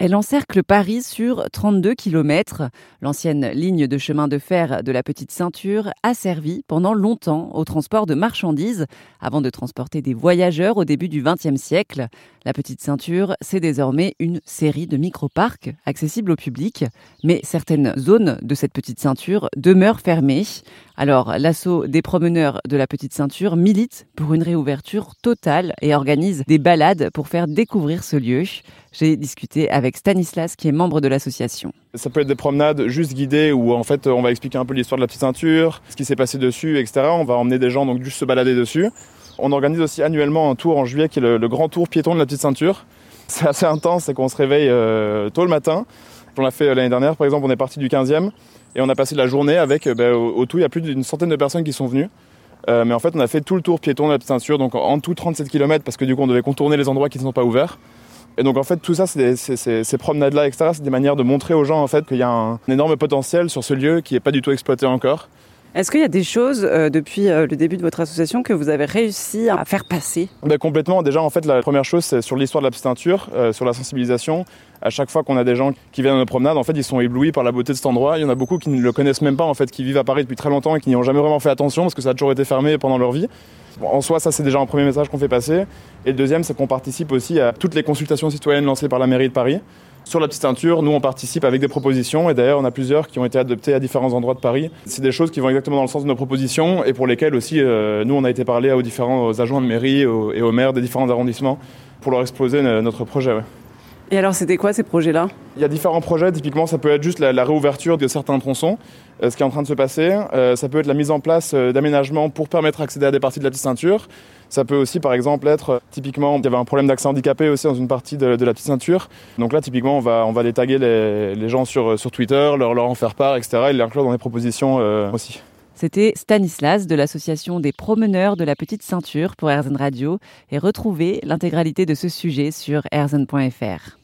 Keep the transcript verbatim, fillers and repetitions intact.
Elle encercle Paris sur trente-deux kilomètres. L'ancienne ligne de chemin de fer de la Petite Ceinture a servi pendant longtemps au transport de marchandises avant de transporter des voyageurs au début du vingtième siècle. La Petite Ceinture, c'est désormais une série de micro-parcs accessibles au public. Mais certaines zones de cette Petite Ceinture demeurent fermées. Alors, l'asso des promeneurs de la Petite Ceinture milite pour une réouverture totale et organise des balades pour faire découvrir ce lieu. J'ai discuté avec Stanislas, qui est membre de l'association. Ça peut être des promenades juste guidées où en fait on va expliquer un peu l'histoire de la Petite Ceinture, ce qui s'est passé dessus, et cetera. On va emmener des gens donc juste se balader dessus. On organise aussi annuellement un tour en juillet qui est le, le grand tour piéton de la Petite Ceinture. C'est assez intense, c'est qu'on se réveille euh, tôt le matin. On l'a fait l'année dernière, par exemple, on est parti du quinzième et on a passé la journée avec, ben, au, au tout, il y a plus d'une centaine de personnes qui sont venues. Euh, mais en fait, on a fait tout le tour piéton de la Petite Ceinture, donc en tout trente-sept kilomètres, parce que du coup, on devait contourner les endroits qui ne sont pas ouverts. Et donc en fait, tout ça, c'est des, c'est, c'est, ces promenades-là, et cetera, c'est des manières de montrer aux gens en fait qu'il y a un, un énorme potentiel sur ce lieu qui n'est pas du tout exploité encore. Est-ce qu'il y a des choses euh, depuis euh, le début de votre association que vous avez réussi à faire passer ? Ben, complètement. Déjà, en fait, la première chose, c'est sur l'histoire de la Petite Ceinture, euh, sur la sensibilisation. À chaque fois qu'on a des gens qui viennent à nos promenades, en fait, ils sont éblouis par la beauté de cet endroit. Il y en a beaucoup qui ne le connaissent même pas, en fait, qui vivent à Paris depuis très longtemps et qui n'y ont jamais vraiment fait attention parce que ça a toujours été fermé pendant leur vie. Bon, en soi, ça, c'est déjà un premier message qu'on fait passer. Et le deuxième, c'est qu'on participe aussi à toutes les consultations citoyennes lancées par la mairie de Paris. Sur la Petite Ceinture, nous, on participe avec des propositions et d'ailleurs, on a plusieurs qui ont été adoptées à différents endroits de Paris. C'est des choses qui vont exactement dans le sens de nos propositions et pour lesquelles aussi, euh, nous, on a été parlé aux différents agents de mairie aux, et aux maires des différents arrondissements pour leur exposer notre projet. Ouais. Et alors, c'était quoi ces projets-là ? Il y a différents projets. Typiquement, ça peut être juste la, la réouverture de certains tronçons, euh, ce qui est en train de se passer. Euh, ça peut être la mise en place euh, d'aménagements pour permettre d'accéder à des parties de la Petite Ceinture. Ça peut aussi, par exemple, être, euh, typiquement, il y avait un problème d'accès handicapé aussi dans une partie de, de la Petite Ceinture. Donc là, typiquement, on va, on va les taguer les, les gens sur, sur Twitter, leur, leur en faire part, et cetera et les inclure dans les propositions euh, aussi. C'était Stanislas de l'association des promeneurs de la Petite Ceinture pour R Z N Radio et retrouvez l'intégralité de ce sujet sur r z n point f r.